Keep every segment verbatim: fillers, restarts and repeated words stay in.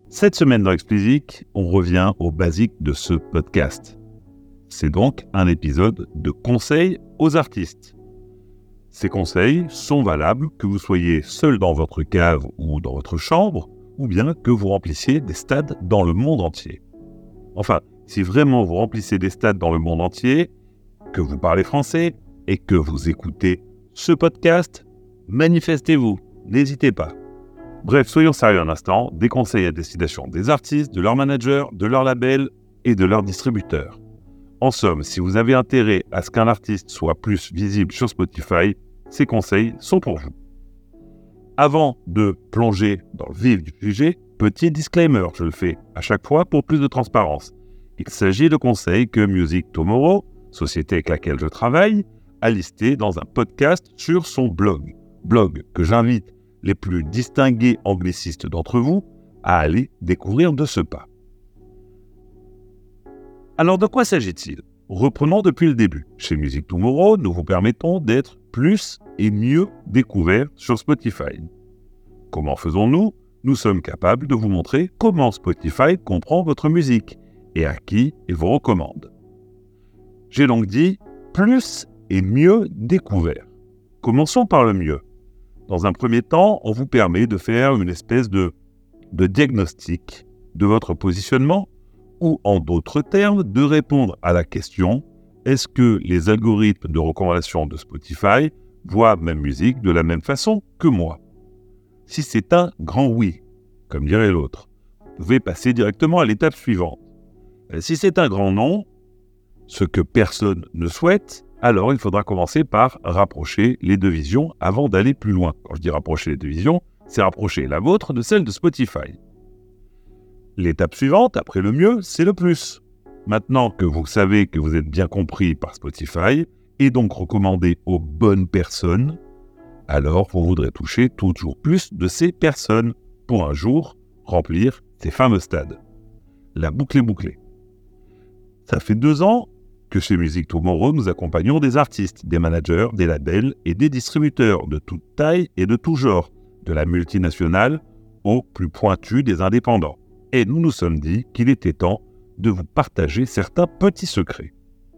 Cette semaine dans Explicit, on revient aux basiques de ce podcast. C'est donc un épisode de conseils aux artistes. Ces conseils sont valables que vous soyez seul dans votre cave ou dans votre chambre, ou bien que vous remplissiez des stades dans le monde entier. Enfin, si vraiment vous remplissez des stades dans le monde entier, que vous parlez français et que vous écoutez ce podcast, manifestez-vous, n'hésitez pas. Bref, soyons sérieux un instant, des conseils à destination des artistes, de leurs managers, de leurs labels et de leurs distributeurs. En somme, si vous avez intérêt à ce qu'un artiste soit plus visible sur Spotify, ces conseils sont pour vous. Avant de plonger dans le vif du sujet, petit disclaimer, je le fais à chaque fois pour plus de transparence. Il s'agit de conseils que Music Tomorrow, société avec laquelle je travaille, a listé dans un podcast sur son blog. Blog que j'invite les plus distingués anglicistes d'entre vous à aller découvrir de ce pas. Alors de quoi s'agit-il ? Reprenons depuis le début. Chez Music Tomorrow, nous vous permettons d'être plus et mieux découverts sur Spotify. Comment faisons-nous ? Nous sommes capables de vous montrer comment Spotify comprend votre musique et à qui il vous recommande. J'ai donc dit plus et mieux découvert. Commençons par le mieux. Dans un premier temps, on vous permet de faire une espèce de, de diagnostic de votre positionnement ou, en d'autres termes, de répondre à la question « Est-ce que les algorithmes de recommandation de Spotify voient ma musique de la même façon que moi ?» Si c'est un grand oui, comme dirait l'autre, vous pouvez passer directement à l'étape suivante. Si c'est un grand non, ce que personne ne souhaite, alors il faudra commencer par rapprocher les deux visions avant d'aller plus loin. Quand je dis rapprocher les deux visions, c'est rapprocher la vôtre de celle de Spotify. L'étape suivante, après le mieux, c'est le plus. Maintenant que vous savez que vous êtes bien compris par Spotify et donc recommandé aux bonnes personnes, alors vous voudrez toucher toujours plus de ces personnes pour un jour remplir ces fameux stades. La boucle est bouclée. Ça fait deux ans que chez Music Tomorrow, nous accompagnons des artistes, des managers, des labels et des distributeurs de toute taille et de tout genre, de la multinationale au plus pointu des indépendants. Et nous nous sommes dit qu'il était temps de vous partager certains petits secrets.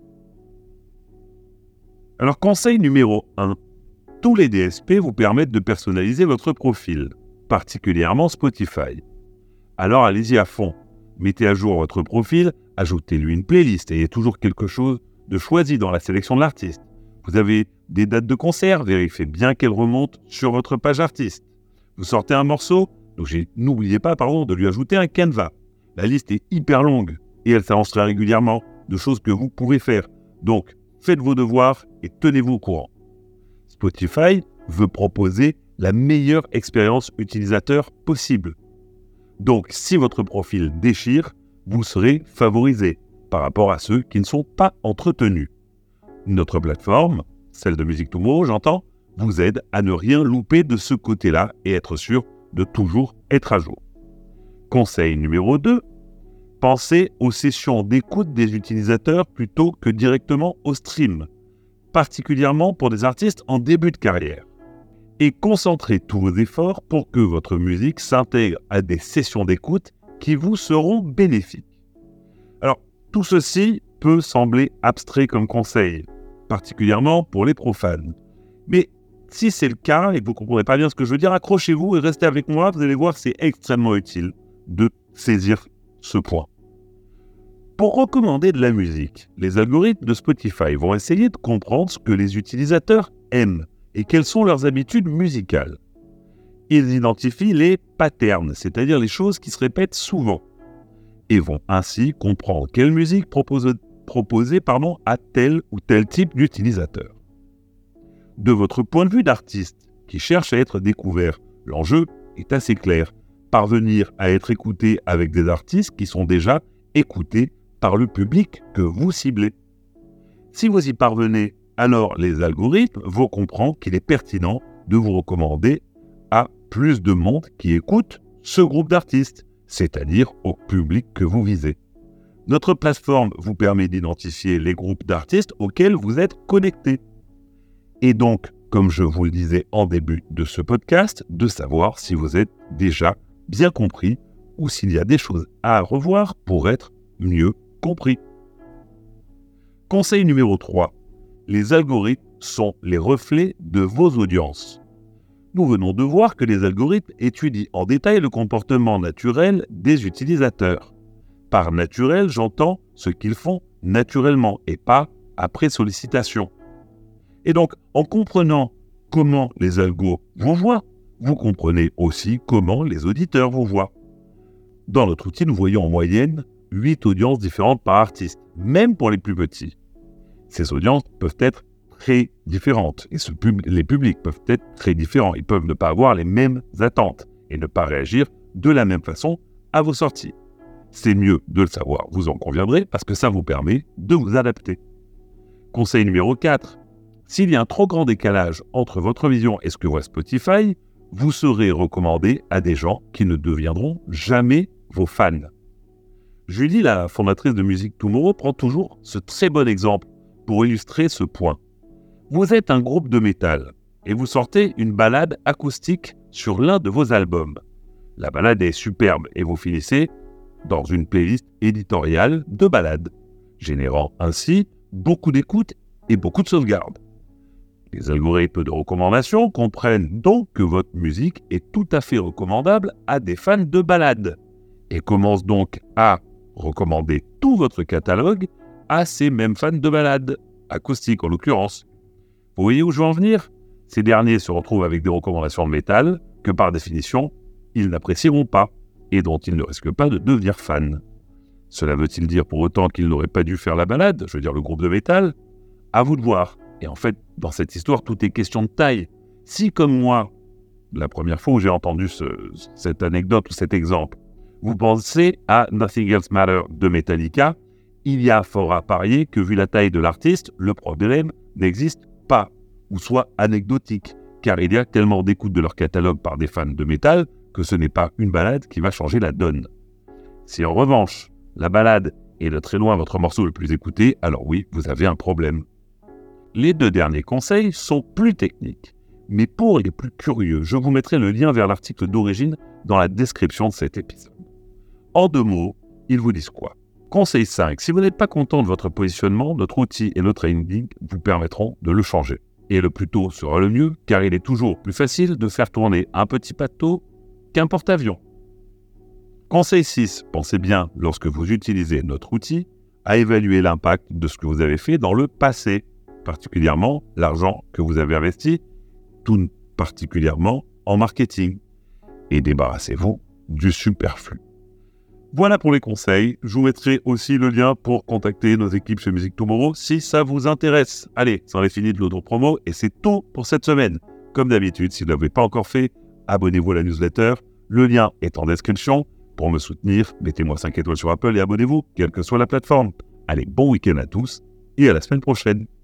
Alors, conseil numéro un. Tous les D S P vous permettent de personnaliser votre profil, particulièrement Spotify. Alors allez-y à fond. Mettez à jour votre profil, ajoutez-lui une playlist et il y a toujours quelque chose de choisi dans la sélection de l'artiste. Vous avez des dates de concert, vérifiez bien qu'elles remontent sur votre page artiste. Vous sortez un morceau, donc j'ai, n'oubliez pas pardon, de lui ajouter un canevas. La liste est hyper longue et elle s'annonce très régulièrement de choses que vous pouvez faire. Donc faites vos devoirs et tenez-vous au courant. Spotify veut proposer la meilleure expérience utilisateur possible. Donc, si votre profil déchire, vous serez favorisé par rapport à ceux qui ne sont pas entretenus. Notre plateforme, celle de Music Tomorrow, j'entends, vous aide à ne rien louper de ce côté-là et être sûr de toujours être à jour. Conseil numéro deux, pensez aux sessions d'écoute des utilisateurs plutôt que directement au stream, particulièrement pour des artistes en début de carrière. Et concentrez tous vos efforts pour que votre musique s'intègre à des sessions d'écoute qui vous seront bénéfiques. Alors, tout ceci peut sembler abstrait comme conseil, particulièrement pour les profanes. Mais si c'est le cas et que vous ne comprenez pas bien ce que je veux dire, accrochez-vous et restez avec moi, vous allez voir que c'est extrêmement utile de saisir ce point. Pour recommander de la musique, les algorithmes de Spotify vont essayer de comprendre ce que les utilisateurs aiment et quelles sont leurs habitudes musicales. Ils identifient les patterns, c'est-à-dire les choses qui se répètent souvent, et vont ainsi comprendre quelle musique propose, proposer pardon, à tel ou tel type d'utilisateur. De votre point de vue d'artiste qui cherche à être découvert, l'enjeu est assez clair. Parvenir à être écouté avec des artistes qui sont déjà écoutés par le public que vous ciblez. Si vous y parvenez, alors les algorithmes vont comprendre qu'il est pertinent de vous recommander à plus de monde qui écoute ce groupe d'artistes, c'est-à-dire au public que vous visez. Notre plateforme vous permet d'identifier les groupes d'artistes auxquels vous êtes connectés. Et donc, comme je vous le disais en début de ce podcast, de savoir si vous êtes déjà bien compris ou s'il y a des choses à revoir pour être mieux compris. Conseil numéro trois. Les algorithmes sont les reflets de vos audiences. Nous venons de voir que les algorithmes étudient en détail le comportement naturel des utilisateurs. Par naturel, j'entends ce qu'ils font naturellement et pas après sollicitation. Et donc, en comprenant comment les algos vous voient, vous comprenez aussi comment les auditeurs vous voient. Dans notre outil, nous voyons en moyenne huit audiences différentes par artiste, même pour les plus petits. Ces audiences peuvent être très différentes et ce pub- les publics peuvent être très différents. Ils peuvent ne pas avoir les mêmes attentes et ne pas réagir de la même façon à vos sorties. C'est mieux de le savoir, vous en conviendrez, parce que ça vous permet de vous adapter. Conseil numéro quatre. S'il y a un trop grand décalage entre votre vision et ce que voit Spotify, vous serez recommandé à des gens qui ne deviendront jamais vos fans. Julie, la fondatrice de Music Tomorrow, prend toujours ce très bon exemple pour illustrer ce point. Vous êtes un groupe de métal et vous sortez une ballade acoustique sur l'un de vos albums. La ballade est superbe et vous finissez dans une playlist éditoriale de ballades, générant ainsi beaucoup d'écoutes et beaucoup de sauvegardes. Les algorithmes de recommandation comprennent donc que votre musique est tout à fait recommandable à des fans de ballades et commencent donc à recommander tout votre catalogue à ces mêmes fans de ballades, acoustiques en l'occurrence. Vous voyez où je veux en venir ? Ces derniers se retrouvent avec des recommandations de métal que par définition, ils n'apprécieront pas et dont ils ne risquent pas de devenir fans. Cela veut-il dire pour autant qu'ils n'auraient pas dû faire la balade, je veux dire le groupe de métal ? À vous de voir. Et en fait, dans cette histoire, tout est question de taille. Si, comme moi, la première fois où j'ai entendu ce, cette anecdote ou cet exemple, vous pensez à Nothing Else Matters de Metallica, il y a fort à parier que vu la taille de l'artiste, le problème n'existe pas, ou soit anecdotique, car il y a tellement d'écoutes de leur catalogue par des fans de métal que ce n'est pas une balade qui va changer la donne. Si en revanche, la balade est de très loin votre morceau le plus écouté, alors oui, vous avez un problème. Les deux derniers conseils sont plus techniques, mais pour les plus curieux, je vous mettrai le lien vers l'article d'origine dans la description de cet épisode. En deux mots, ils vous disent quoi ? Conseil cinq. Si vous n'êtes pas content de votre positionnement, notre outil et notre training vous permettront de le changer. Et le plus tôt sera le mieux, car il est toujours plus facile de faire tourner un petit bateau qu'un porte-avions. Conseil six. Pensez bien, lorsque vous utilisez notre outil, à évaluer l'impact de ce que vous avez fait dans le passé, particulièrement l'argent que vous avez investi, tout particulièrement en marketing. Et débarrassez-vous du superflu. Voilà pour les conseils. Je vous mettrai aussi le lien pour contacter nos équipes chez Music Tomorrow si ça vous intéresse. Allez, c'en est fini de l'auto-promo et c'est tout pour cette semaine. Comme d'habitude, si vous ne l'avez pas encore fait, abonnez-vous à la newsletter. Le lien est en description. Pour me soutenir, mettez-moi cinq étoiles sur Apple et abonnez-vous, quelle que soit la plateforme. Allez, bon week-end à tous et à la semaine prochaine.